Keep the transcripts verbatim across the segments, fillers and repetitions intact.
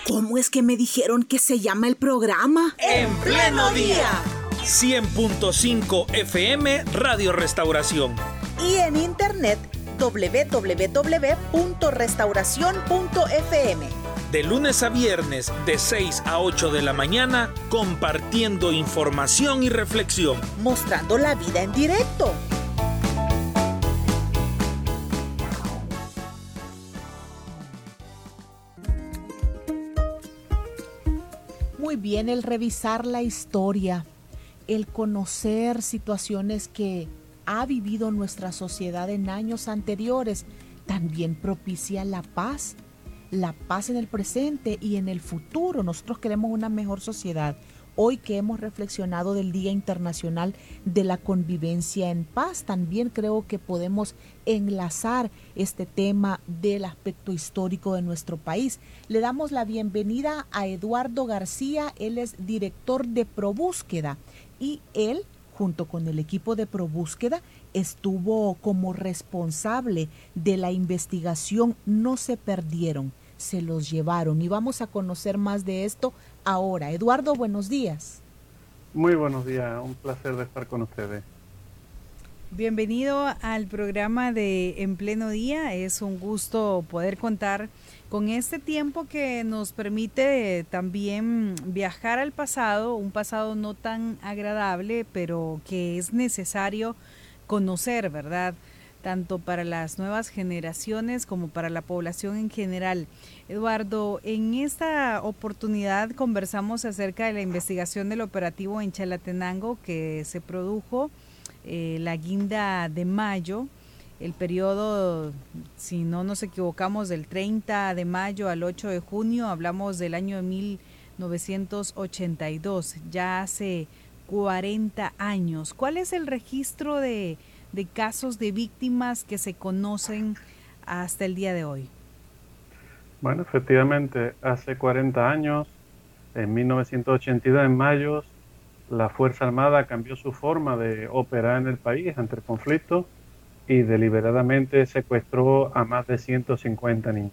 ¿Cómo es que me dijeron que se llama el programa? ¡En pleno día! cien punto cinco F M Radio Restauración. Y en internet doble u doble u doble u punto restauración punto f m. De lunes a viernes, de seis a ocho de la mañana, compartiendo información y reflexión. Mostrando la vida en directo. Muy bien, el revisar la historia, el conocer situaciones que ha vivido nuestra sociedad en años anteriores, también propicia la paz, la paz en el presente y en el futuro. Nosotros queremos una mejor sociedad. Hoy que hemos reflexionado del Día Internacional de la Convivencia en Paz, también creo que podemos enlazar este tema del aspecto histórico de nuestro país. Le damos la bienvenida a Eduardo García, él es director de ProBúsqueda y él, junto con el equipo de ProBúsqueda, estuvo como responsable de la investigación No se perdieron, se los llevaron. Y vamos a conocer más de esto ahora. Eduardo, buenos días. Muy buenos días, un placer de estar con ustedes. Bienvenido al programa de En Pleno Día. Es un gusto poder contar con este tiempo que nos permite también viajar al pasado, un pasado no tan agradable, pero que es necesario conocer, ¿verdad? Tanto para las nuevas generaciones como para la población en general. Eduardo, en esta oportunidad conversamos acerca de la investigación del operativo en Chalatenango que se produjo eh, la guinda de mayo, el periodo, si no nos equivocamos, del treinta de mayo al ocho de junio, hablamos del año de mil novecientos ochenta y dos, ya hace cuarenta años. ¿Cuál es el registro de de casos de víctimas que se conocen hasta el día de hoy? Bueno, efectivamente, hace cuarenta años, en mil novecientos ochenta y dos, en mayo, la Fuerza Armada cambió su forma de operar en el país ante el conflicto y deliberadamente secuestró a más de ciento cincuenta niños.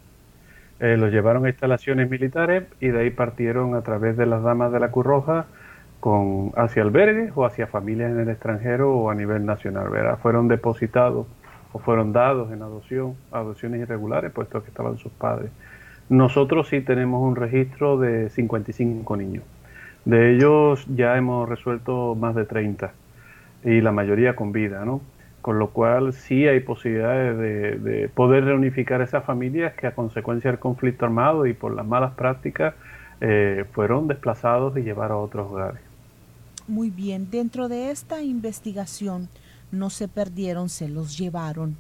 Eh, los llevaron a instalaciones militares y de ahí partieron a través de las Damas de la Cruz Roja con hacia albergues o hacia familias en el extranjero o a nivel nacional, ¿verdad? Fueron depositados o fueron dados en adopción, adopciones irregulares, puesto que estaban sus padres. Nosotros sí tenemos un registro de cincuenta y cinco niños. De ellos ya hemos resuelto más de treinta y la mayoría con vida, ¿no? Con lo cual sí hay posibilidades de, de poder reunificar esas familias que a consecuencia del conflicto armado y por las malas prácticas eh, fueron desplazados y llevados a otros hogares. Muy bien, dentro de esta investigación no se perdieron, se los llevaron.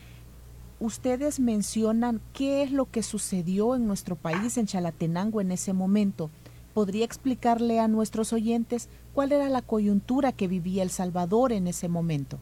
Ustedes mencionan qué es lo que sucedió en nuestro país, en Chalatenango, en ese momento. ¿Podría explicarle a nuestros oyentes cuál era la coyuntura que vivía El Salvador en ese momento?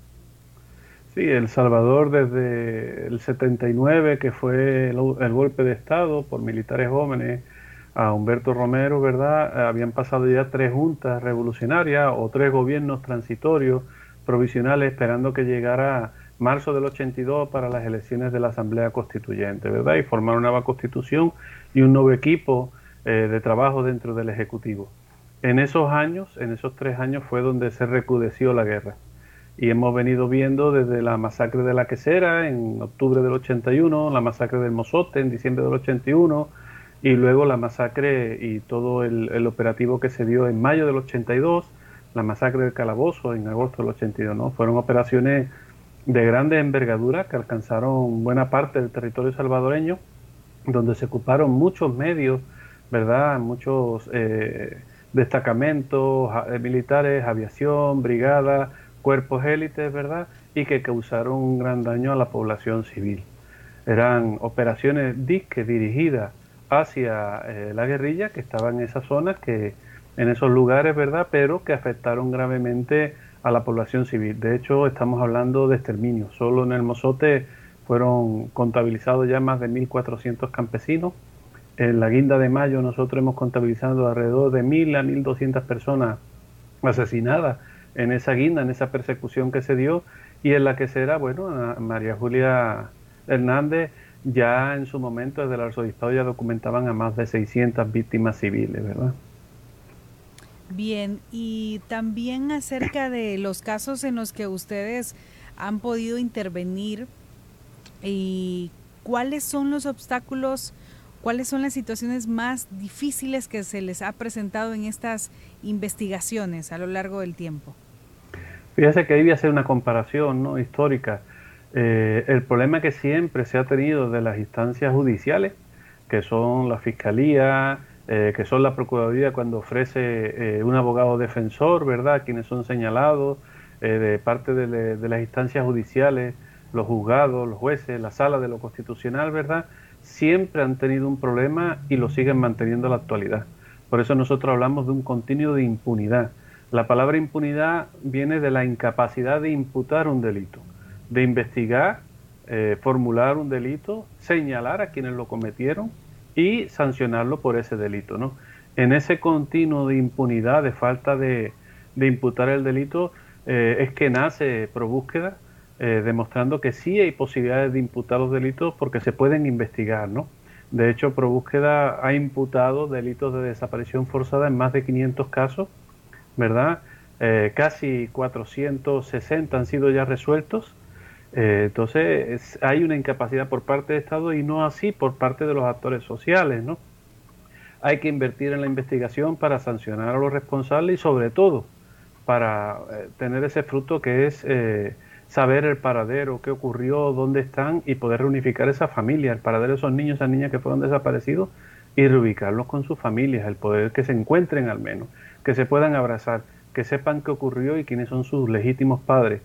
Sí, El Salvador desde el setenta y nueve, que fue el, el golpe de Estado por militares jóvenes a Humberto Romero, ¿verdad? Habían pasado ya tres juntas revolucionarias o tres gobiernos transitorios provisionales esperando que llegara marzo del ochenta y dos para las elecciones de la Asamblea Constituyente, ¿verdad? Y formar una nueva constitución y un nuevo equipo eh, de trabajo dentro del Ejecutivo. En esos años, en esos tres años fue donde se recrudeció la guerra. Y hemos venido viendo desde la masacre de La Quesera en octubre del ochenta y uno, la masacre del Mozote en diciembre del ochenta y uno, y luego la masacre y todo el, el operativo que se dio en mayo del ochenta y dos, la masacre del Calabozo en agosto del ochenta y dos, ¿no? Fueron operaciones de grande envergadura que alcanzaron buena parte del territorio salvadoreño, donde se ocuparon muchos medios, ¿verdad? Muchos eh, destacamentos eh, militares, aviación, brigadas, cuerpos élites, ¿verdad? Y que causaron un gran daño a la población civil. Eran operaciones disque dirigidas hacia eh, la guerrilla que estaba en esas zonas, que en esos lugares, ¿verdad? Pero que afectaron gravemente a la población civil. De hecho, estamos hablando de exterminio. Solo en el Mozote fueron contabilizados ya más de mil cuatrocientos campesinos. En la Guinda de Mayo nosotros hemos contabilizado alrededor de mil a mil doscientas personas asesinadas en esa guinda, en esa persecución que se dio. Y en La Quesera, bueno, María Julia Hernández ya en su momento desde el arzobispado ya documentaban a más de seiscientas víctimas civiles, ¿verdad? Bien, y también acerca de los casos en los que ustedes han podido intervenir y cuáles son los obstáculos, cuáles son las situaciones más difíciles que se les ha presentado en estas investigaciones a lo largo del tiempo. Fíjese que ahí voy a hacer una comparación, ¿no?, histórica. Eh, el problema que siempre se ha tenido de las instancias judiciales, que son la Fiscalía, eh, que son la Procuraduría cuando ofrece eh, un abogado defensor, ¿verdad?, quienes son señalados, eh, de parte de, le, de las instancias judiciales, los juzgados, los jueces, la Sala de lo Constitucional, ¿verdad?, siempre han tenido un problema y lo siguen manteniendo en la actualidad. Por eso nosotros hablamos de un continuo de impunidad. La palabra impunidad viene de la incapacidad de imputar un delito, de investigar, eh, formular un delito, señalar a quienes lo cometieron y sancionarlo por ese delito, ¿no? En ese continuo de impunidad, de falta de, de imputar el delito, eh, es que nace ProBúsqueda, eh, demostrando que sí hay posibilidades de imputar los delitos porque se pueden investigar, ¿no? De hecho, ProBúsqueda ha imputado delitos de desaparición forzada en más de quinientos casos, ¿verdad? Eh, casi cuatrocientos sesenta han sido ya resueltos. Eh, entonces es, hay una incapacidad por parte del Estado y no así por parte de los actores sociales, ¿no? Hay que invertir en la investigación para sancionar a los responsables y sobre todo para eh, tener ese fruto que es eh, saber el paradero, qué ocurrió, dónde están y poder reunificar esa familia, el paradero de esos niños, esas niñas que fueron desaparecidos y reubicarlos con sus familias, el poder que se encuentren al menos, que se puedan abrazar, que sepan qué ocurrió y quiénes son sus legítimos padres.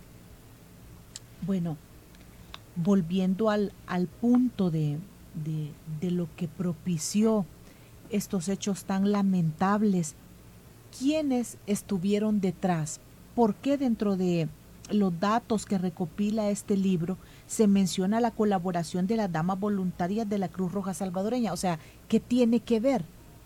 Bueno, volviendo al, al punto de, de, de lo que propició estos hechos tan lamentables, ¿quiénes estuvieron detrás? ¿Por qué dentro de los datos que recopila este libro se menciona la colaboración de las damas voluntarias de la Cruz Roja Salvadoreña? O sea, ¿qué tiene que ver?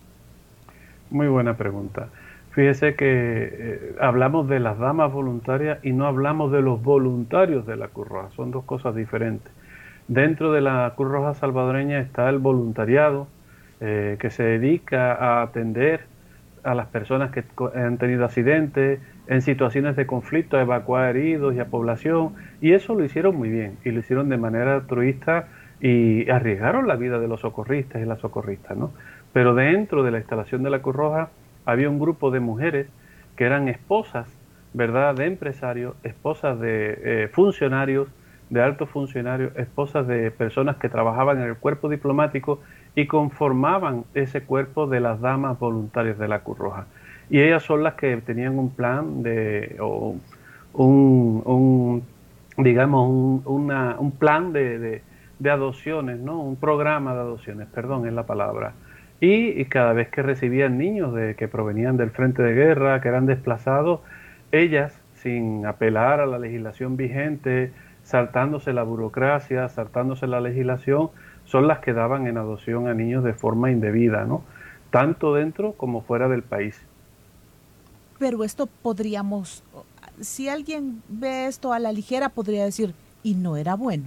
Muy buena pregunta. Fíjese que eh, hablamos de las damas voluntarias y no hablamos de los voluntarios de la Cruz Roja, son dos cosas diferentes. Dentro de la Cruz Roja Salvadoreña está el voluntariado, eh, que se dedica a atender a las personas que han tenido accidentes, en situaciones de conflicto, a evacuar heridos y a población, y eso lo hicieron muy bien, y lo hicieron de manera altruista y arriesgaron la vida de los socorristas y las socorristas, ¿no? Pero dentro de la instalación de la Cruz Roja había un grupo de mujeres que eran esposas, ¿verdad?, de empresarios, esposas de eh, funcionarios, de altos funcionarios, esposas de personas que trabajaban en el cuerpo diplomático y conformaban ese cuerpo de las damas voluntarias de la Cruz Roja. Y ellas son las que tenían un plan de, o un, un digamos, un, una, un plan de, de, de adopciones, ¿no? Un programa de adopciones, perdón, es la palabra. Y, y cada vez que recibían niños de, que provenían del frente de guerra, que eran desplazados, ellas, sin apelar a la legislación vigente, saltándose la burocracia, saltándose la legislación, son las que daban en adopción a niños de forma indebida, ¿no? Tanto dentro como fuera del país. Pero esto podríamos, si alguien ve esto a la ligera, podría decir, y no era bueno.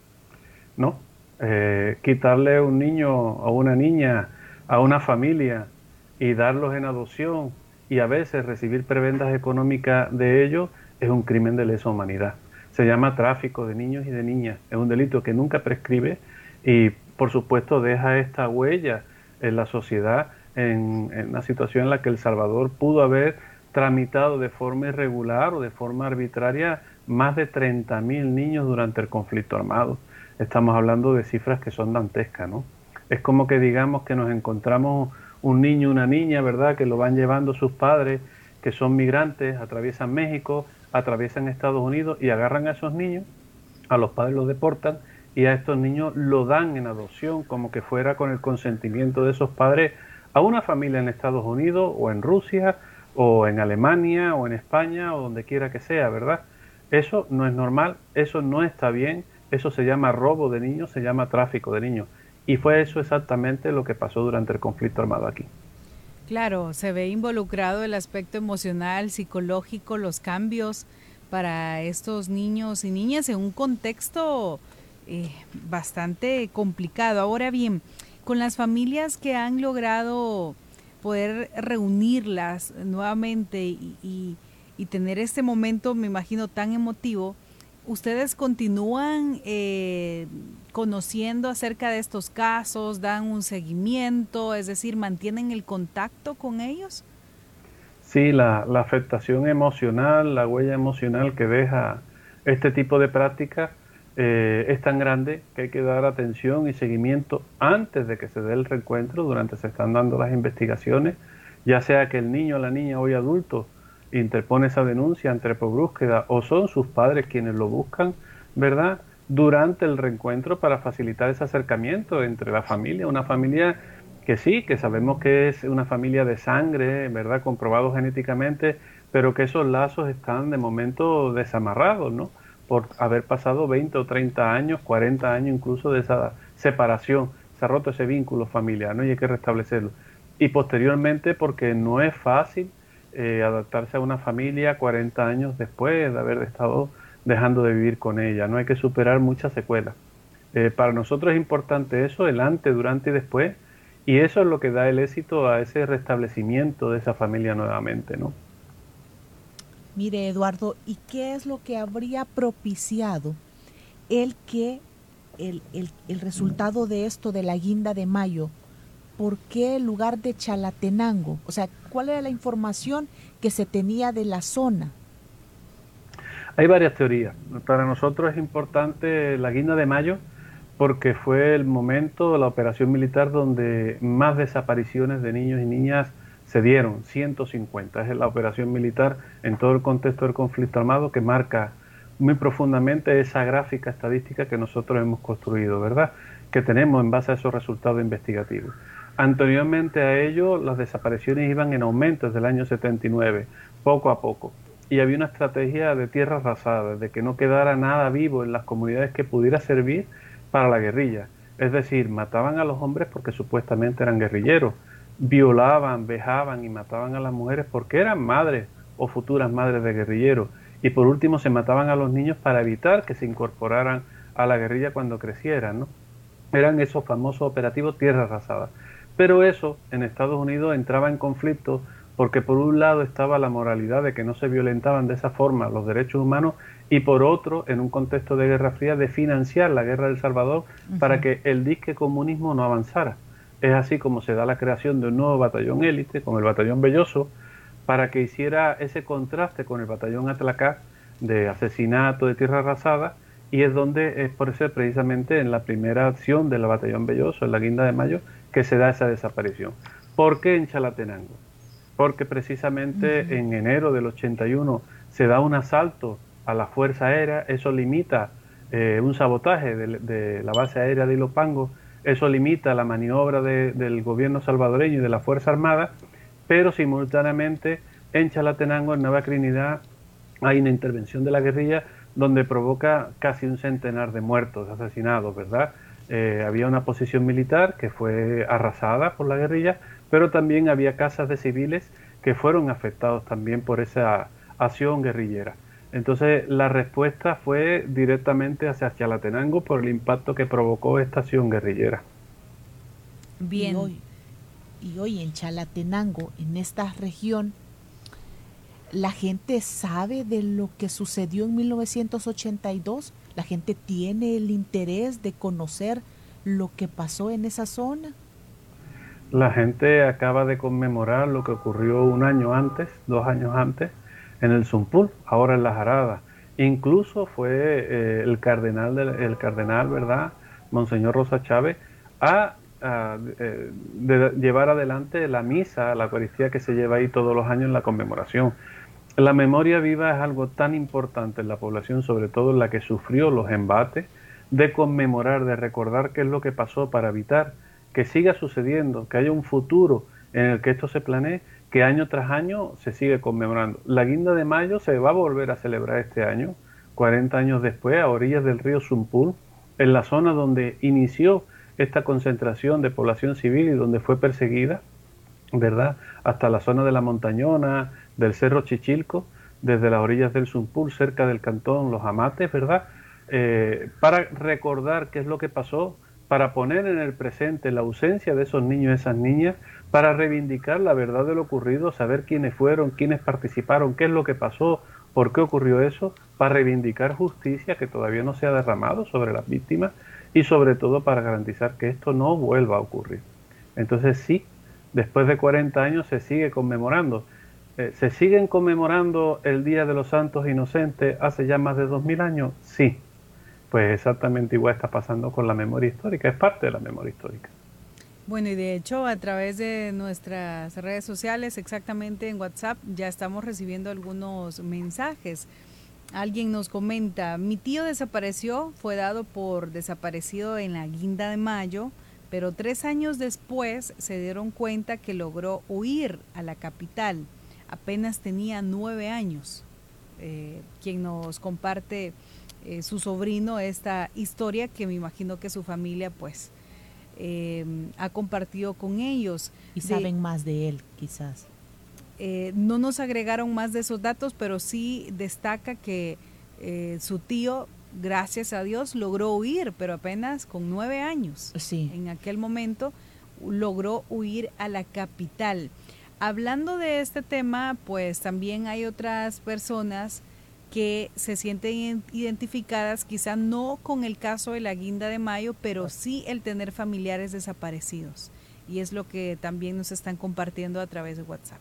No, eh, quitarle un niño o una niña a una familia y darlos en adopción y a veces recibir prebendas económicas de ellos es un crimen de lesa humanidad. Se llama tráfico de niños y de niñas. Es un delito que nunca prescribe y, por supuesto, deja esta huella en la sociedad en, en una situación en la que El Salvador pudo haber tramitado de forma irregular o de forma arbitraria más de treinta mil niños durante el conflicto armado. Estamos hablando de cifras que son dantescas, ¿no? Es como que digamos que nos encontramos un niño, una niña, ¿verdad?, que lo van llevando sus padres, que son migrantes, atraviesan México, atraviesan Estados Unidos y agarran a esos niños, a los padres los deportan y a estos niños lo dan en adopción como que fuera con el consentimiento de esos padres a una familia en Estados Unidos o en Rusia o en Alemania o en España o donde quiera que sea, ¿verdad? Eso no es normal, eso no está bien, eso se llama robo de niños, se llama tráfico de niños. Y fue eso exactamente lo que pasó durante el conflicto armado aquí. Claro, se ve involucrado el aspecto emocional, psicológico, los cambios para estos niños y niñas en un contexto eh, bastante complicado. Ahora bien, con las familias que han logrado poder reunirlas nuevamente y, y, y tener este momento, me imagino, tan emotivo, ¿ustedes continúan eh, conociendo acerca de estos casos, dan un seguimiento, es decir, mantienen el contacto con ellos? Sí, la, la afectación emocional, la huella emocional que deja este tipo de práctica eh, es tan grande que hay que dar atención y seguimiento antes de que se dé el reencuentro, durante se están dando las investigaciones, ya sea que el niño, la niña, hoy adulto, interpone esa denuncia ante por búsqueda o son sus padres quienes lo buscan, ¿verdad?, durante el reencuentro para facilitar ese acercamiento entre la familia, una familia que sí, que sabemos que es una familia de sangre, ¿verdad?, comprobado genéticamente, pero que esos lazos están de momento desamarrados, ¿no?, por haber pasado veinte o treinta años, cuarenta años incluso de esa separación, se ha roto ese vínculo familiar, ¿no?, y hay que restablecerlo. Y posteriormente porque no es fácil eh, adaptarse a una familia cuarenta años después de haber estado dejando de vivir con ella, ¿no?, hay que superar muchas secuelas. Eh, para nosotros es importante eso, el antes, durante y después, y eso es lo que da el éxito a ese restablecimiento de esa familia nuevamente, ¿no? Mire, Eduardo, ¿y qué es lo que habría propiciado el que el, el, el resultado de esto de la guinda de mayo? ¿Por qué el lugar de Chalatenango? O sea, ¿cuál era la información que se tenía de la zona? Hay varias teorías. Para nosotros es importante la guinda de mayo porque fue el momento, la operación militar donde más desapariciones de niños y niñas se dieron, ciento cincuenta. Es la operación militar en todo el contexto del conflicto armado que marca muy profundamente esa gráfica estadística que nosotros hemos construido, ¿verdad?, que tenemos en base a esos resultados investigativos. Anteriormente a ello, las desapariciones iban en aumento desde el año setenta y nueve, poco a poco. Y había una estrategia de tierra arrasada, de que no quedara nada vivo en las comunidades que pudiera servir para la guerrilla. Es decir, mataban a los hombres porque supuestamente eran guerrilleros, violaban, vejaban y mataban a las mujeres porque eran madres o futuras madres de guerrilleros. Y por último se mataban a los niños para evitar que se incorporaran a la guerrilla cuando crecieran, ¿no? Eran esos famosos operativos tierra arrasada. Pero eso en Estados Unidos entraba en conflicto porque por un lado estaba la moralidad de que no se violentaban de esa forma los derechos humanos y por otro, en un contexto de Guerra Fría, de financiar la guerra del Salvador uh-huh. para que el disque comunismo no avanzara. Es así como se da la creación de un nuevo batallón élite, con el batallón Belloso, para que hiciera ese contraste con el batallón Atlacá de asesinato de tierra arrasada, y es donde es por ser precisamente en la primera acción del batallón Belloso, en la guinda de mayo, que se da esa desaparición. ¿Por qué en Chalatenango? Porque precisamente uh-huh. en enero del ochenta y uno se da un asalto a la Fuerza Aérea, eso limita eh, un sabotaje de, de la base aérea de Ilopango, eso limita la maniobra de, del gobierno salvadoreño y de la Fuerza Armada, pero simultáneamente en Chalatenango, en Nueva Trinidad, hay una intervención de la guerrilla donde provoca casi un centenar de muertos, asesinados, ¿verdad? Eh, había una posición militar que fue arrasada por la guerrilla, pero también había casas de civiles que fueron afectados también por esa acción guerrillera. Entonces la respuesta fue directamente hacia Chalatenango por el impacto que provocó esta acción guerrillera. Bien. Y hoy, y hoy en Chalatenango, en esta región, ¿la gente sabe de lo que sucedió en mil novecientos ochenta y dos? ¿La gente tiene el interés de conocer lo que pasó en esa zona? La gente acaba de conmemorar lo que ocurrió un año antes, dos años antes, en el Zumpul, ahora en la Jarada. Incluso fue eh, el cardenal, de, el cardenal, ¿verdad?, Monseñor Rosa Chávez, a, a eh, de llevar adelante la misa, la Eucaristía que se lleva ahí todos los años en la conmemoración. La memoria viva es algo tan importante en la población, sobre todo en la que sufrió los embates, de conmemorar, de recordar qué es lo que pasó para evitar que siga sucediendo, que haya un futuro en el que esto se planee, que año tras año se sigue conmemorando. La guinda de mayo se va a volver a celebrar este año, cuarenta años después, a orillas del río Zumpul, en la zona donde inició esta concentración de población civil y donde fue perseguida, ¿verdad?, hasta la zona de la Montañona, del Cerro Chichilco, desde las orillas del Zumpul, cerca del cantón Los Amates, ¿verdad?, eh, para recordar qué es lo que pasó, para poner en el presente la ausencia de esos niños y esas niñas, para reivindicar la verdad de lo ocurrido, saber quiénes fueron, quiénes participaron, qué es lo que pasó, por qué ocurrió eso, para reivindicar justicia que todavía no se ha derramado sobre las víctimas y sobre todo para garantizar que esto no vuelva a ocurrir. Entonces sí, después de cuarenta años se sigue conmemorando. Eh, ¿Se siguen conmemorando el Día de los Santos Inocentes hace ya más de dos mil años? Sí. Pues exactamente igual está pasando con la memoria histórica, es parte de la memoria histórica. Bueno, y de hecho a través de nuestras redes sociales, exactamente en WhatsApp, ya estamos recibiendo algunos mensajes. Alguien nos comenta, mi tío desapareció, fue dado por desaparecido en la Guinda de Mayo, pero tres años después se dieron cuenta que logró huir a la capital. Apenas tenía nueve años. Eh, quien nos comparte eh, su sobrino esta historia que me imagino que su familia pues eh, ha compartido con ellos. Y saben de, más de él quizás. Eh, no nos agregaron más de esos datos, pero sí destaca que eh, su tío, gracias a Dios, logró huir, pero apenas con nueve años. Sí. En aquel momento logró huir a la capital. Hablando de este tema, pues también hay otras personas que se sienten identificadas, quizá no con el caso de la Guinda de Mayo, pero sí el tener familiares desaparecidos. Y es lo que también nos están compartiendo a través de WhatsApp.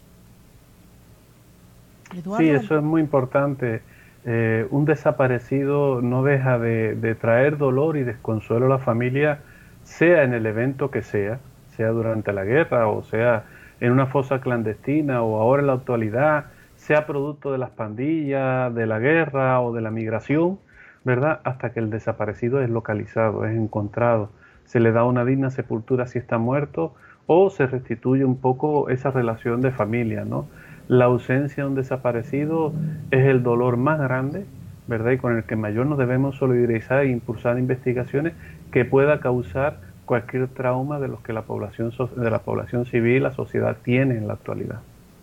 Eduardo. Sí, eso es muy importante. Eh, un desaparecido no deja de, de traer dolor y desconsuelo a la familia, sea en el evento que sea, sea durante la guerra o sea en una fosa clandestina o ahora en la actualidad, sea producto de las pandillas, de la guerra o de la migración, ¿verdad? Hasta que el desaparecido es localizado, es encontrado, se le da una digna sepultura si está muerto o se restituye un poco esa relación de familia, ¿no? La ausencia de un desaparecido es el dolor más grande, ¿verdad? Y con el que mayor nos debemos solidarizar e impulsar investigaciones que pueda causar cualquier trauma de los que la población de la población civil, la sociedad tiene en la actualidad.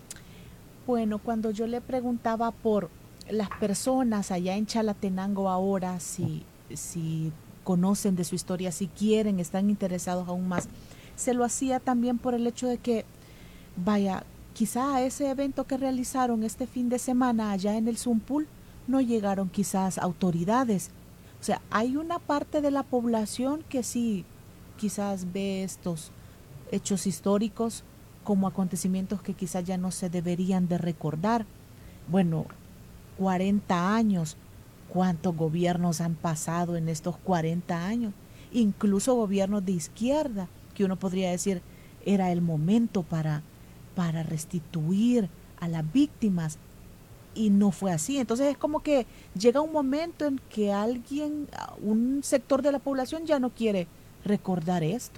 Bueno, cuando yo le preguntaba por las personas allá en Chalatenango ahora, si, si conocen de su historia, si quieren, están interesados aún más, se lo hacía también por el hecho de que, vaya, quizá a ese evento que realizaron este fin de semana allá en el Zumpul no llegaron quizás autoridades. O sea, hay una parte de la población que sí quizás ve estos hechos históricos como acontecimientos que quizás ya no se deberían de recordar. Bueno, cuarenta años, ¿cuántos gobiernos han pasado en estos cuarenta años? Incluso gobiernos de izquierda, que uno podría decir era el momento para, para restituir a las víctimas, y no fue así. Entonces es como que llega un momento en que alguien, un sector de la población ya no quiere recordar esto.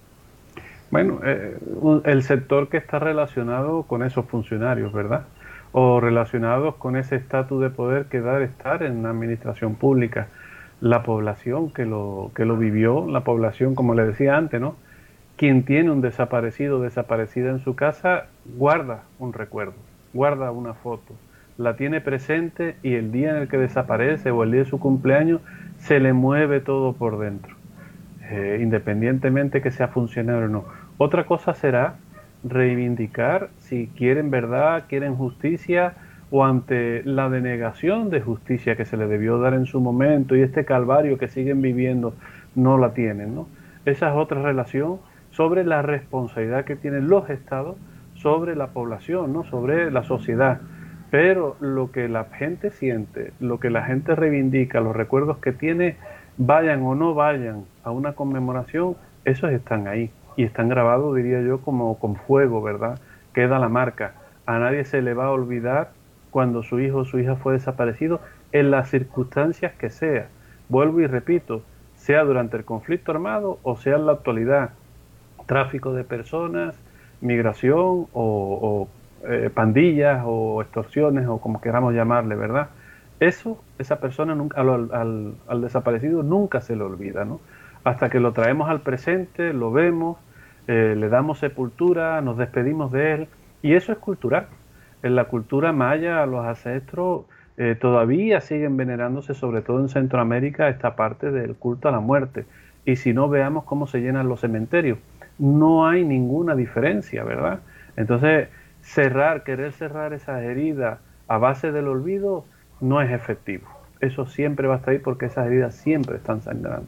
Bueno, eh, el sector que está relacionado con esos funcionarios, ¿verdad? O relacionados con ese estatus de poder que da estar en la administración pública. La población que lo, que lo vivió, la población, como le decía antes, ¿no? Quien tiene un desaparecido o desaparecida en su casa, guarda un recuerdo, guarda una foto, la tiene presente y el día en el que desaparece o el día de su cumpleaños se le mueve todo por dentro, eh, independientemente que sea funcionario o no. Otra cosa será reivindicar si quieren verdad, quieren justicia o ante la denegación de justicia que se le debió dar en su momento y este calvario que siguen viviendo no la tienen, ¿no? Esa es otra relación sobre la responsabilidad que tienen los estados sobre la población, ¿no? Sobre la sociedad. Pero lo que la gente siente, lo que la gente reivindica, los recuerdos que tiene, vayan o no vayan a una conmemoración, esos están ahí y están grabados, diría yo, como con fuego, ¿verdad? Queda la marca. A nadie se le va a olvidar cuando su hijo o su hija fue desaparecido en las circunstancias que sea. Vuelvo y repito, sea durante el conflicto armado o sea en la actualidad, tráfico de personas, migración o, o eh, pandillas o extorsiones o como queramos llamarle, ¿verdad? Eso, esa persona nunca, al, al, al desaparecido nunca se le olvida, ¿no? Hasta que lo traemos al presente, lo vemos, eh, le damos sepultura, nos despedimos de él, y eso es cultural. En la cultura maya, los ancestros Eh, todavía siguen venerándose, sobre todo en Centroamérica, esta parte del culto a la muerte. Y si no, veamos cómo se llenan los cementerios. No hay ninguna diferencia, ¿verdad? Entonces, cerrar, querer cerrar esas heridas a base del olvido no es efectivo. Eso siempre va a estar ahí porque esas heridas siempre están sangrando.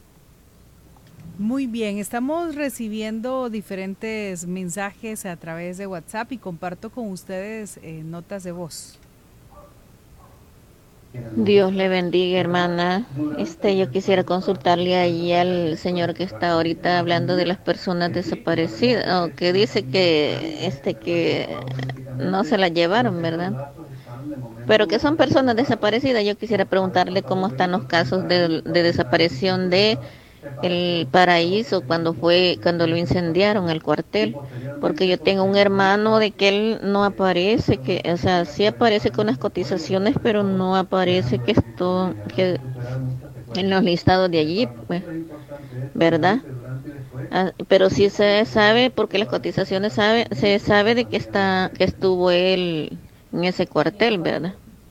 Muy bien, estamos recibiendo diferentes mensajes a través de WhatsApp y comparto con ustedes eh, notas de voz. Dios le bendiga, hermana. Este, yo quisiera consultarle ahí al señor que está ahorita hablando de las personas desaparecidas, o que dice que este que no se las llevaron, ¿verdad? Pero que son personas desaparecidas. Yo quisiera preguntarle cómo están los casos de, de desaparición de el Paraíso cuando fue cuando lo incendiaron el cuartel, porque yo tengo un hermano de que él no aparece, que o sea, sí aparece con las cotizaciones, pero no aparece que esto que en los listados de allí, pues, ¿verdad? Ah, pero sí se sabe, porque las cotizaciones sabe se sabe de que está que estuvo él en ese cuartel, ¿verdad?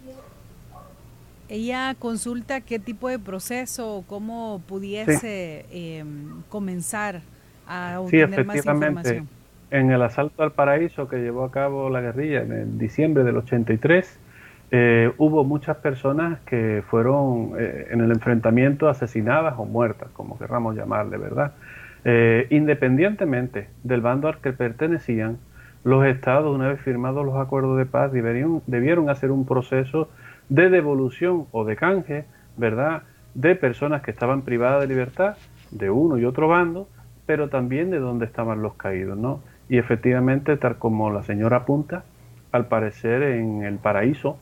Ella consulta qué tipo de proceso o cómo pudiese sí. eh, comenzar a obtener sí, más información. En el asalto al Paraíso que llevó a cabo la guerrilla en el diciembre del ochenta y tres, eh, hubo muchas personas que fueron eh, en el enfrentamiento asesinadas o muertas, como querramos llamarle, ¿verdad? Eh, independientemente del bando al que pertenecían, los estados, una vez firmados los acuerdos de paz, debieron, debieron hacer un proceso de devolución o de canje, ¿verdad?, de personas que estaban privadas de libertad, de uno y otro bando, pero también de dónde estaban los caídos, ¿no? Y efectivamente, tal como la señora apunta, al parecer en el Paraíso,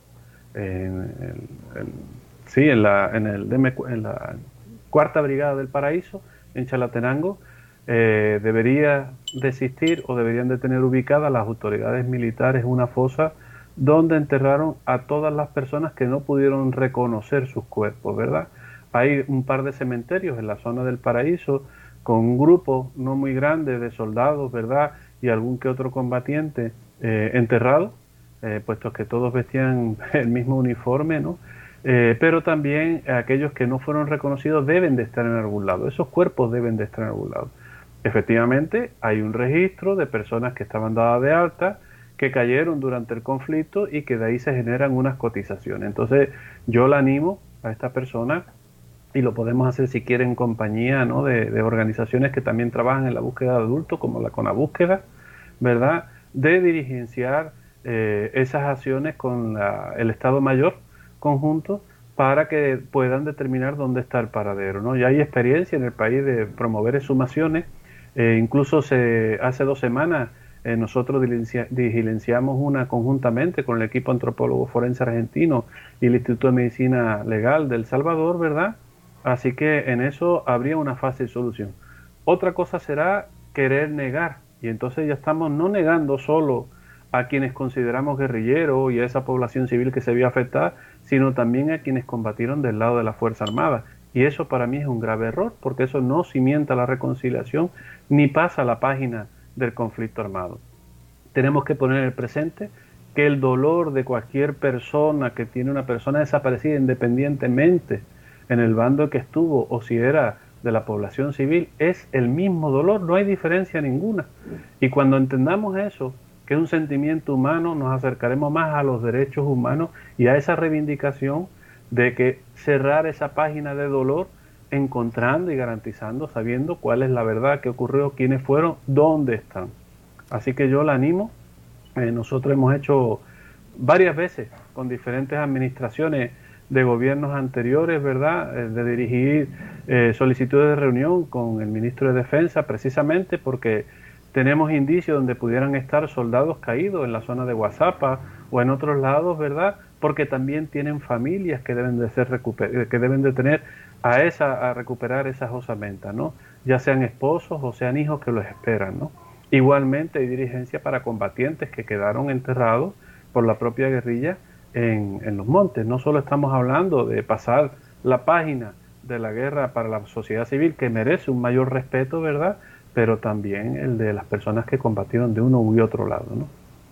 en el, el, sí, en la, en, el, en la Cuarta Brigada del Paraíso, en Chalatenango, eh, debería de existir o deberían de tener ubicadas las autoridades militares una fosa donde enterraron a todas las personas que no pudieron reconocer sus cuerpos, ¿verdad? Hay un par de cementerios en la zona del Paraíso con un grupo no muy grande de soldados, ¿verdad?, y algún que otro combatiente eh, enterrado, eh, puesto que todos vestían el mismo uniforme, ¿no? Eh, pero también aquellos que no fueron reconocidos deben de estar en algún lado, esos cuerpos deben de estar en algún lado. Efectivamente, hay un registro de personas que estaban dadas de alta, que cayeron durante el conflicto y que de ahí se generan unas cotizaciones. Entonces yo la animo a esta persona, y lo podemos hacer si quieren en compañía, ¿no?, de, de organizaciones que también trabajan en la búsqueda de adultos, como la Conabúsqueda, ¿verdad?, de dirigenciar eh, esas acciones con la, el Estado Mayor conjunto para que puedan determinar dónde está el paradero, ¿no? Ya hay experiencia en el país de promover exhumaciones, eh, incluso se, hace dos semanas Eh, nosotros diligenciamos una conjuntamente con el equipo antropólogo forense argentino y el Instituto de Medicina Legal de El Salvador, ¿verdad? Así que en eso habría una fácil solución. Otra cosa será querer negar, y entonces ya estamos no negando solo a quienes consideramos guerrilleros y a esa población civil que se vio afectada, sino también a quienes combatieron del lado de la Fuerza Armada. Y eso para mí es un grave error, porque eso no cimienta la reconciliación ni pasa la página del conflicto armado. Tenemos que poner en el presente que el dolor de cualquier persona que tiene una persona desaparecida, independientemente en el bando que estuvo o si era de la población civil, es el mismo dolor, no hay diferencia ninguna. Y cuando entendamos eso, que es un sentimiento humano, nos acercaremos más a los derechos humanos y a esa reivindicación de que cerrar esa página de dolor encontrando y garantizando, sabiendo cuál es la verdad que ocurrió, quiénes fueron, dónde están. Así que yo la animo. Eh, nosotros hemos hecho varias veces con diferentes administraciones de gobiernos anteriores, ¿verdad?, eh, de dirigir eh, solicitudes de reunión con el ministro de Defensa, precisamente porque tenemos indicios donde pudieran estar soldados caídos en la zona de Guazapa o en otros lados, ¿verdad?, porque también tienen familias que deben de ser recuper- que deben de tener a esa a recuperar esas osamentas, ¿no?, ya sean esposos o sean hijos que los esperan, ¿no? Igualmente hay dirigencia para combatientes que quedaron enterrados por la propia guerrilla en, en los montes. No solo estamos hablando de pasar la página de la guerra para la sociedad civil, que merece un mayor respeto, ¿verdad?, pero también el de las personas que combatieron de uno u otro lado, ¿no?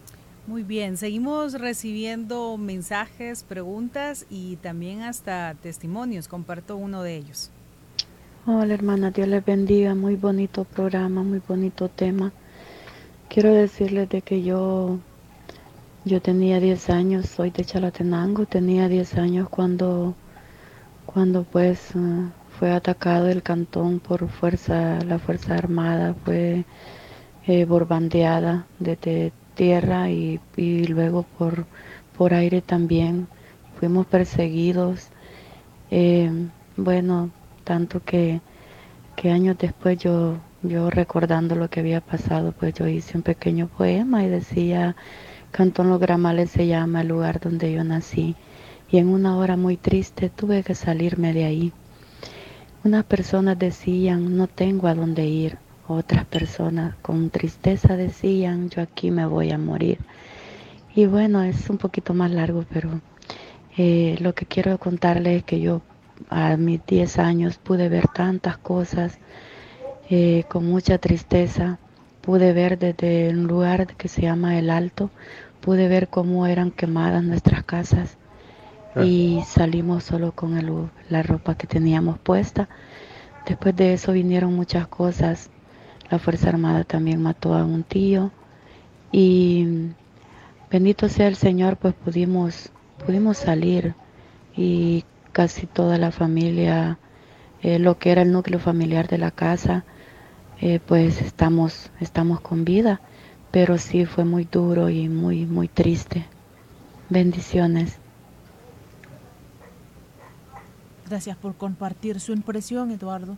Muy bien, seguimos recibiendo mensajes, preguntas y también hasta testimonios. Comparto uno de ellos. Hola hermana, Dios les bendiga, muy bonito programa, muy bonito tema. Quiero decirles de que yo, yo tenía diez años, soy de Chalatenango, tenía diez años cuando, cuando pues uh, fue atacado el cantón por fuerza, la Fuerza Armada, fue eh, bombardeada desde tierra y, y luego por, por aire también. Fuimos perseguidos, eh, bueno, tanto que, que años después yo, yo recordando lo que había pasado, pues yo hice un pequeño poema y decía, Cantón Los Gramales se llama el lugar donde yo nací, y en una hora muy triste tuve que salirme de ahí. Unas personas decían, no tengo a dónde ir. Otras personas con tristeza decían, yo aquí me voy a morir. Y bueno, es un poquito más largo, pero eh, lo que quiero contarles es que yo a mis diez años pude ver tantas cosas eh, con mucha tristeza. Pude ver desde un lugar que se llama El Alto, pude ver cómo eran quemadas nuestras casas y salimos solo con el, la ropa que teníamos puesta. Después de eso vinieron muchas cosas. La Fuerza Armada también mató a un tío y bendito sea el Señor, pues pudimos, pudimos salir y casi toda la familia, eh, lo que era el núcleo familiar de la casa, eh, pues estamos, estamos con vida, pero sí fue muy duro y muy, muy triste. Bendiciones. Gracias por compartir su impresión, Eduardo.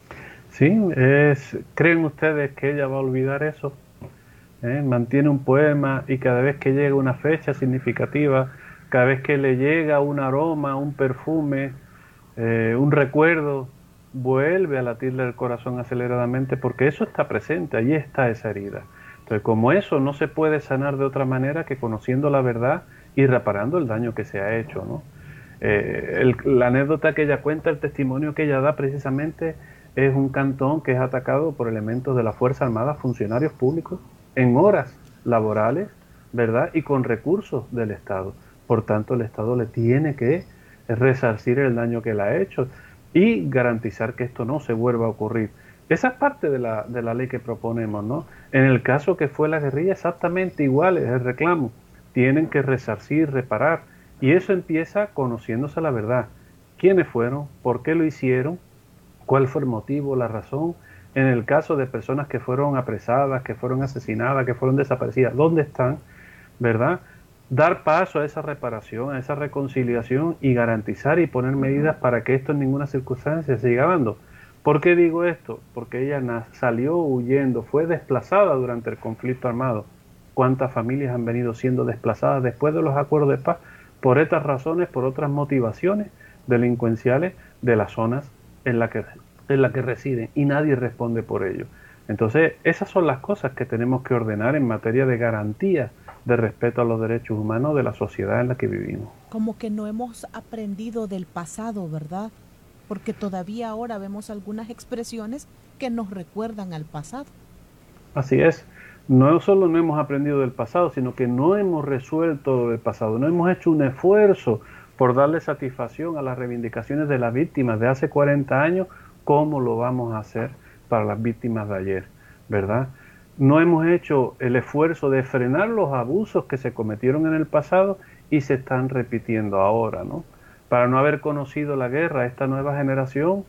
Sí, es, ¿creen ustedes que ella va a olvidar eso? ¿Eh? Mantiene un poema y cada vez que llega una fecha significativa, cada vez que le llega un aroma, un perfume, eh, un recuerdo, vuelve a latirle el corazón aceleradamente porque eso está presente, allí está esa herida. Entonces, como eso no se puede sanar de otra manera que conociendo la verdad y reparando el daño que se ha hecho, ¿no? Eh, el, la anécdota que ella cuenta, el testimonio que ella da precisamente es un cantón que es atacado por elementos de la Fuerza Armada, funcionarios públicos, en horas laborales, ¿verdad? Y con recursos del Estado. Por tanto, el Estado le tiene que resarcir el daño que le ha hecho y garantizar que esto no se vuelva a ocurrir. Esa es parte de la, de la ley que proponemos, ¿no? En el caso que fue la guerrilla, exactamente igual es el reclamo. Tienen que resarcir, reparar. Y eso empieza conociéndose la verdad. ¿Quiénes fueron? ¿Por qué lo hicieron? ¿Cuál fue el motivo, la razón? En el caso de personas que fueron apresadas, que fueron asesinadas, que fueron desaparecidas, ¿dónde están? ¿Verdad? Dar paso a esa reparación, a esa reconciliación y garantizar y poner medidas para que esto en ninguna circunstancia se siga dando. ¿Por qué digo esto? Porque ella salió huyendo, fue desplazada durante el conflicto armado. ¿Cuántas familias han venido siendo desplazadas después de los acuerdos de paz? Por estas razones, por otras motivaciones delincuenciales de las zonas en las que, en la que residen y nadie responde por ello. Entonces, esas son las cosas que tenemos que ordenar en materia de garantía de respeto a los derechos humanos de la sociedad en la que vivimos. Como que no hemos aprendido del pasado, ¿verdad? Porque todavía ahora vemos algunas expresiones que nos recuerdan al pasado. Así es. No solo no hemos aprendido del pasado, sino que no hemos resuelto del pasado, no hemos hecho un esfuerzo por darle satisfacción a las reivindicaciones de las víctimas de hace cuarenta años, ¿cómo lo vamos a hacer para las víctimas de ayer? ¿Verdad? No hemos hecho el esfuerzo de frenar los abusos que se cometieron en el pasado y se están repitiendo ahora, ¿no? Para no haber conocido la guerra, esta nueva generación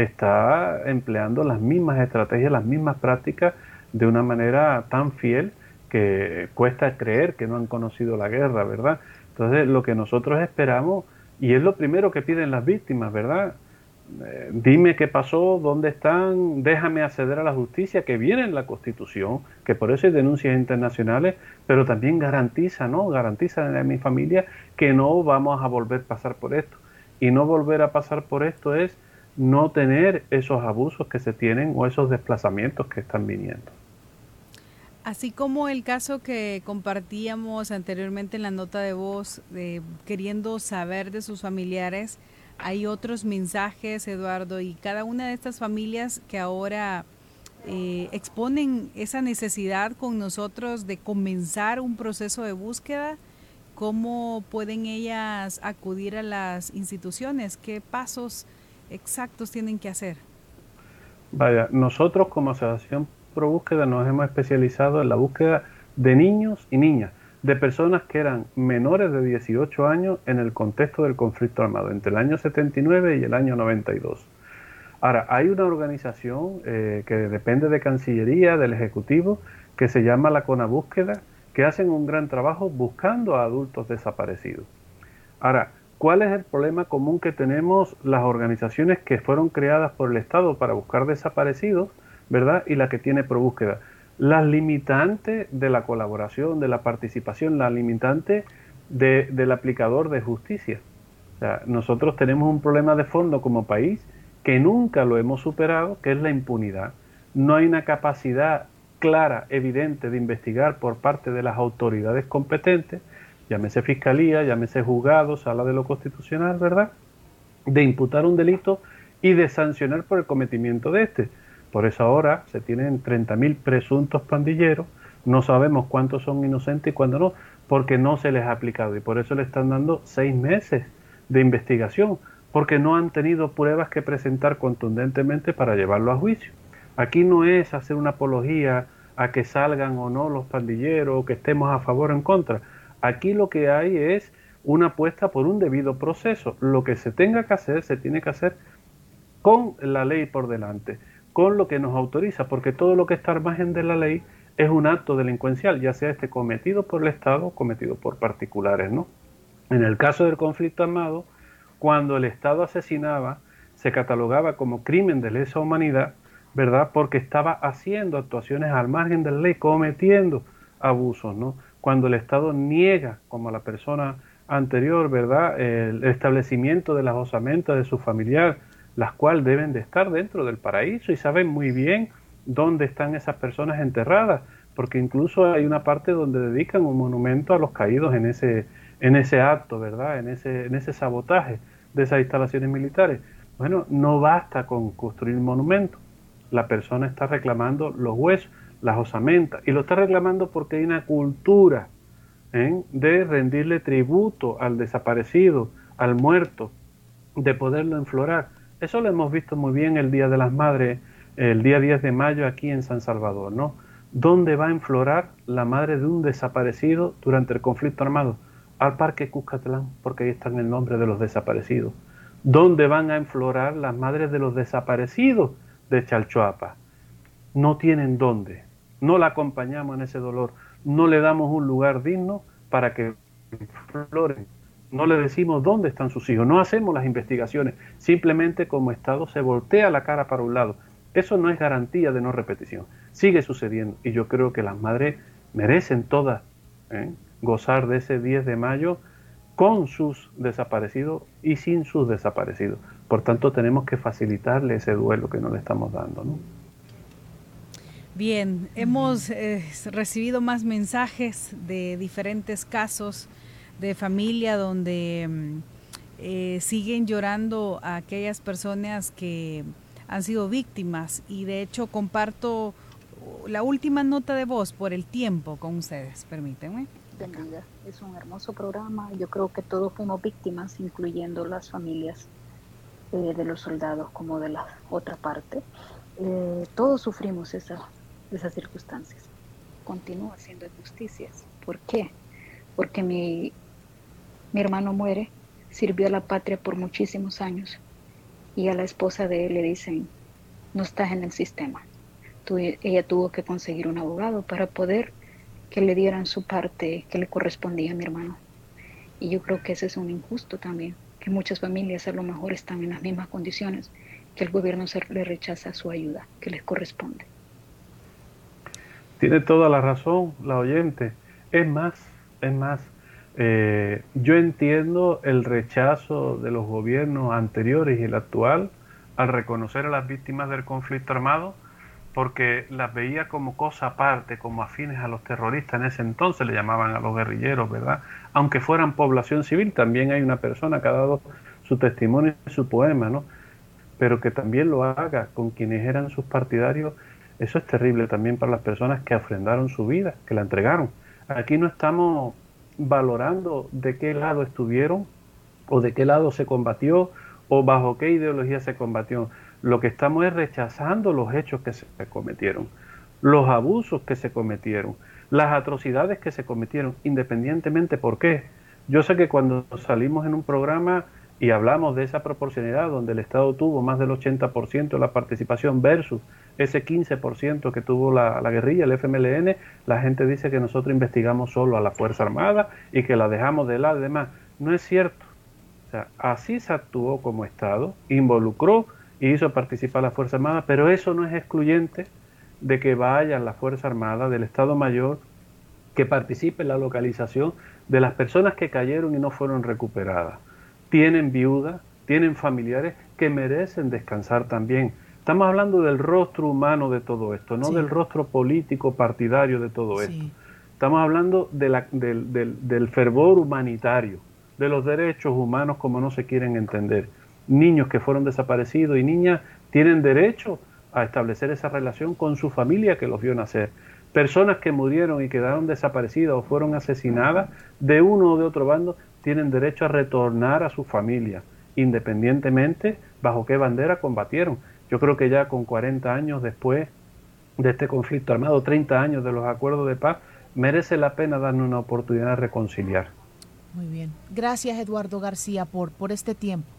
está empleando las mismas estrategias, las mismas prácticas de una manera tan fiel que cuesta creer que no han conocido la guerra, ¿verdad? Entonces, lo que nosotros esperamos, y es lo primero que piden las víctimas, ¿verdad? Eh, dime qué pasó, dónde están, déjame acceder a la justicia, que viene en la Constitución, que por eso hay denuncias internacionales, pero también garantiza, ¿no? Garantiza a mi familia que no vamos a volver a pasar por esto. Y no volver a pasar por esto es no tener esos abusos que se tienen o esos desplazamientos que están viniendo. Así como el caso que compartíamos anteriormente en la nota de voz, de queriendo saber de sus familiares, hay otros mensajes, Eduardo, y cada una de estas familias que ahora eh, exponen esa necesidad con nosotros de comenzar un proceso de búsqueda. ¿Cómo pueden ellas acudir a las instituciones? ¿Qué pasos exactos tienen que hacer? Vaya, nosotros como Asociación Pro Búsqueda nos hemos especializado en la búsqueda de niños y niñas, de personas que eran menores de dieciocho años en el contexto del conflicto armado, entre el año setenta y nueve y el año noventa y dos. Ahora, hay una organización eh, que depende de Cancillería, del Ejecutivo, que se llama la CONABúsqueda, que hacen un gran trabajo buscando a adultos desaparecidos. Ahora, ¿cuál es el problema común que tenemos las organizaciones que fueron creadas por el Estado para buscar desaparecidos, ¿verdad? Y la que tiene ProBúsqueda. Las limitantes de la colaboración, de la participación, la limitante de, del aplicador de justicia. O sea, nosotros tenemos un problema de fondo como país que nunca lo hemos superado, que es la impunidad. No hay una capacidad clara, evidente de investigar por parte de las autoridades competentes, llámese Fiscalía, llámese Juzgado, Sala de lo Constitucional, ¿verdad?, de imputar un delito y de sancionar por el cometimiento de este. Por eso ahora se tienen treinta mil presuntos pandilleros, no sabemos cuántos son inocentes y cuántos no, porque no se les ha aplicado, y por eso le están dando seis meses de investigación, porque no han tenido pruebas que presentar contundentemente para llevarlo a juicio. Aquí no es hacer una apología a que salgan o no los pandilleros, o que estemos a favor o en contra. Aquí lo que hay es una apuesta por un debido proceso. Lo que se tenga que hacer, se tiene que hacer con la ley por delante, con lo que nos autoriza, porque todo lo que está al margen de la ley es un acto delincuencial, ya sea este cometido por el Estado o cometido por particulares, ¿no? En el caso del conflicto armado, cuando el Estado asesinaba, se catalogaba como crimen de lesa humanidad, ¿verdad?, porque estaba haciendo actuaciones al margen de la ley, cometiendo abusos, ¿no? Cuando el Estado niega, como la persona anterior, ¿verdad?, el establecimiento de las osamentas de su familiar, las cuales deben de estar dentro del paraíso y saben muy bien dónde están esas personas enterradas, porque incluso hay una parte donde dedican un monumento a los caídos en ese, en ese acto, ¿verdad?, en ese, en ese sabotaje de esas instalaciones militares. Bueno, no basta con construir un monumento. La persona está reclamando los huesos, las osamentas, y lo está reclamando porque hay una cultura ¿eh? de rendirle tributo al desaparecido, al muerto, de poderlo enflorar. Eso lo hemos visto muy bien el Día de las Madres, el día diez de mayo aquí en San Salvador, ¿no? ¿Dónde va a enflorar la madre de un desaparecido durante el conflicto armado? Al Parque Cuscatlán, porque ahí está el nombre de los desaparecidos. ¿Dónde van a enflorar las madres de los desaparecidos de Chalchuapa? No tienen dónde. No la acompañamos en ese dolor. No le damos un lugar digno para que enfloren. No le decimos dónde están sus hijos. No hacemos las investigaciones. Simplemente como Estado se voltea la cara para un lado. Eso no es garantía de no repetición. Sigue sucediendo. Y yo creo que las madres merecen todas ¿eh? gozar de ese diez de mayo con sus desaparecidos y sin sus desaparecidos. Por tanto, tenemos que facilitarle ese duelo que no le estamos dando, ¿no? Bien, hemos eh, recibido más mensajes de diferentes casos de familia donde eh, siguen llorando a aquellas personas que han sido víctimas, y de hecho comparto la última nota de voz por el tiempo con ustedes, permítanme. Bendiga. Es un hermoso programa. Yo creo que todos fuimos víctimas, incluyendo las familias eh, de los soldados como de la otra parte. Eh, todos sufrimos esa, esas circunstancias. Continúa haciendo injusticias. ¿Por qué? Porque mi, mi hermano muere, sirvió a la patria por muchísimos años, y a la esposa de él le dicen, no estás en el sistema. Tú, ella tuvo que conseguir un abogado para poder que le dieran su parte que le correspondía a mi hermano. Y yo creo que ese es un injusto también, que muchas familias a lo mejor están en las mismas condiciones, que el gobierno se le rechaza su ayuda que les corresponde. Tiene toda la razón la oyente. Es más, es más, eh, yo entiendo el rechazo de los gobiernos anteriores y el actual al reconocer a las víctimas del conflicto armado, porque las veía como cosa aparte, como afines a los terroristas. En ese entonces le llamaban a los guerrilleros, ¿verdad? Aunque fueran población civil, también hay una persona que ha dado su testimonio y su poema, ¿no? Pero que también lo haga con quienes eran sus partidarios, Eso es terrible también para las personas que ofrendaron su vida, que la entregaron. Aquí no estamos valorando de qué lado estuvieron o de qué lado se combatió o bajo qué ideología se combatió. Lo que estamos es rechazando los hechos que se cometieron, los abusos que se cometieron, las atrocidades que se cometieron, independientemente por qué. Yo sé que cuando salimos en un programa y hablamos de esa proporcionalidad donde el Estado tuvo más del ochenta por ciento de la participación versus ese quince por ciento que tuvo la, la guerrilla, el F M L N, la gente dice que nosotros investigamos solo a la Fuerza Armada y que la dejamos de lado y demás. No es cierto. O sea, así se actuó como Estado, involucró y hizo participar a la Fuerza Armada, pero eso no es excluyente de que vaya la Fuerza Armada del Estado Mayor, que participe en la localización de las personas que cayeron y no fueron recuperadas. Tienen viudas, tienen familiares que merecen descansar también. Estamos hablando del rostro humano de todo esto, no sí. del rostro político partidario de todo sí. esto. Estamos hablando de la, del, del, del fervor humanitario, de los derechos humanos como no se quieren entender. Niños que fueron desaparecidos y niñas tienen derecho a establecer esa relación con su familia que los vio nacer. Personas que murieron y quedaron desaparecidas o fueron asesinadas de uno o de otro bando tienen derecho a retornar a su familia, independientemente bajo qué bandera combatieron. Yo creo que ya con cuarenta años después de este conflicto armado, treinta años de los acuerdos de paz, merece la pena darnos una oportunidad de reconciliar. Muy bien. Gracias, Eduardo García, por, por este tiempo.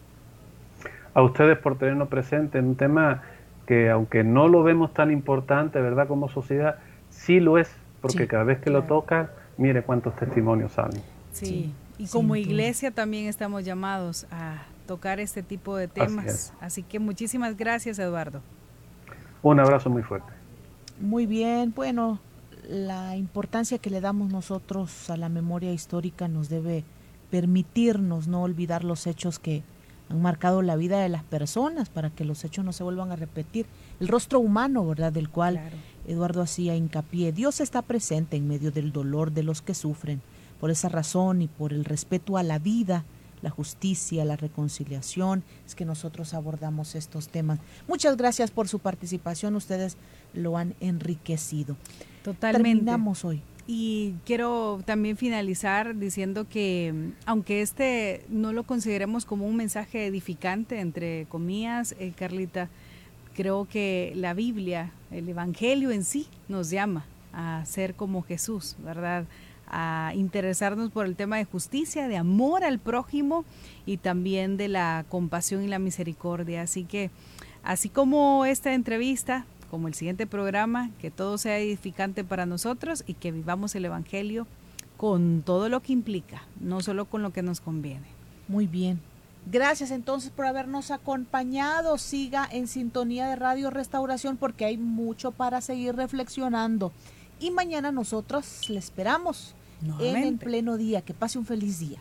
A ustedes por tenernos presente en un tema que, aunque no lo vemos tan importante, ¿verdad?, como sociedad, sí lo es, porque sí, cada vez que claro. lo tocan, mire cuántos testimonios salen. Sí, sí. Y como iglesia también estamos llamados a tocar este tipo de temas. Así, Así que muchísimas gracias, Eduardo. Un abrazo muy fuerte. Muy bien, bueno, la importancia que le damos nosotros a la memoria histórica nos debe permitirnos no olvidar los hechos que han marcado la vida de las personas para que los hechos no se vuelvan a repetir. El rostro humano, ¿verdad?, del cual claro. Eduardo hacía hincapié. Dios está presente en medio del dolor de los que sufren. Por esa razón y por el respeto a la vida, la justicia, la reconciliación, es que nosotros abordamos estos temas. Muchas gracias por su participación, ustedes lo han enriquecido. Totalmente. Terminamos hoy. Y quiero también finalizar diciendo que, aunque este no lo consideremos como un mensaje edificante, entre comillas, eh, Carlita, creo que la Biblia, el Evangelio en sí, nos llama a ser como Jesús, ¿verdad?, a interesarnos por el tema de justicia, de amor al prójimo y también de la compasión y la misericordia. Así que, así como esta entrevista, como el siguiente programa, que todo sea edificante para nosotros y que vivamos el Evangelio con todo lo que implica, no solo con lo que nos conviene. Muy bien. Gracias entonces por habernos acompañado. Siga en sintonía de Radio Restauración porque hay mucho para seguir reflexionando. Y mañana nosotros le esperamos en En Pleno Día. Que pase un feliz día.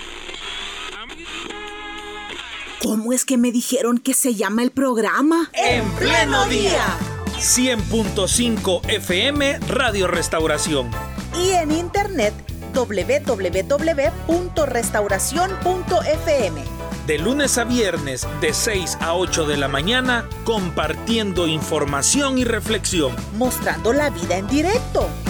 ¿Cómo es que me dijeron que se llama el programa? En Pleno Día. cien punto cinco F M Radio Restauración. Y en internet doble u doble u doble u punto restauración punto f m. De lunes a viernes, de seis a ocho de la mañana, compartiendo información y reflexión. Mostrando la vida en directo.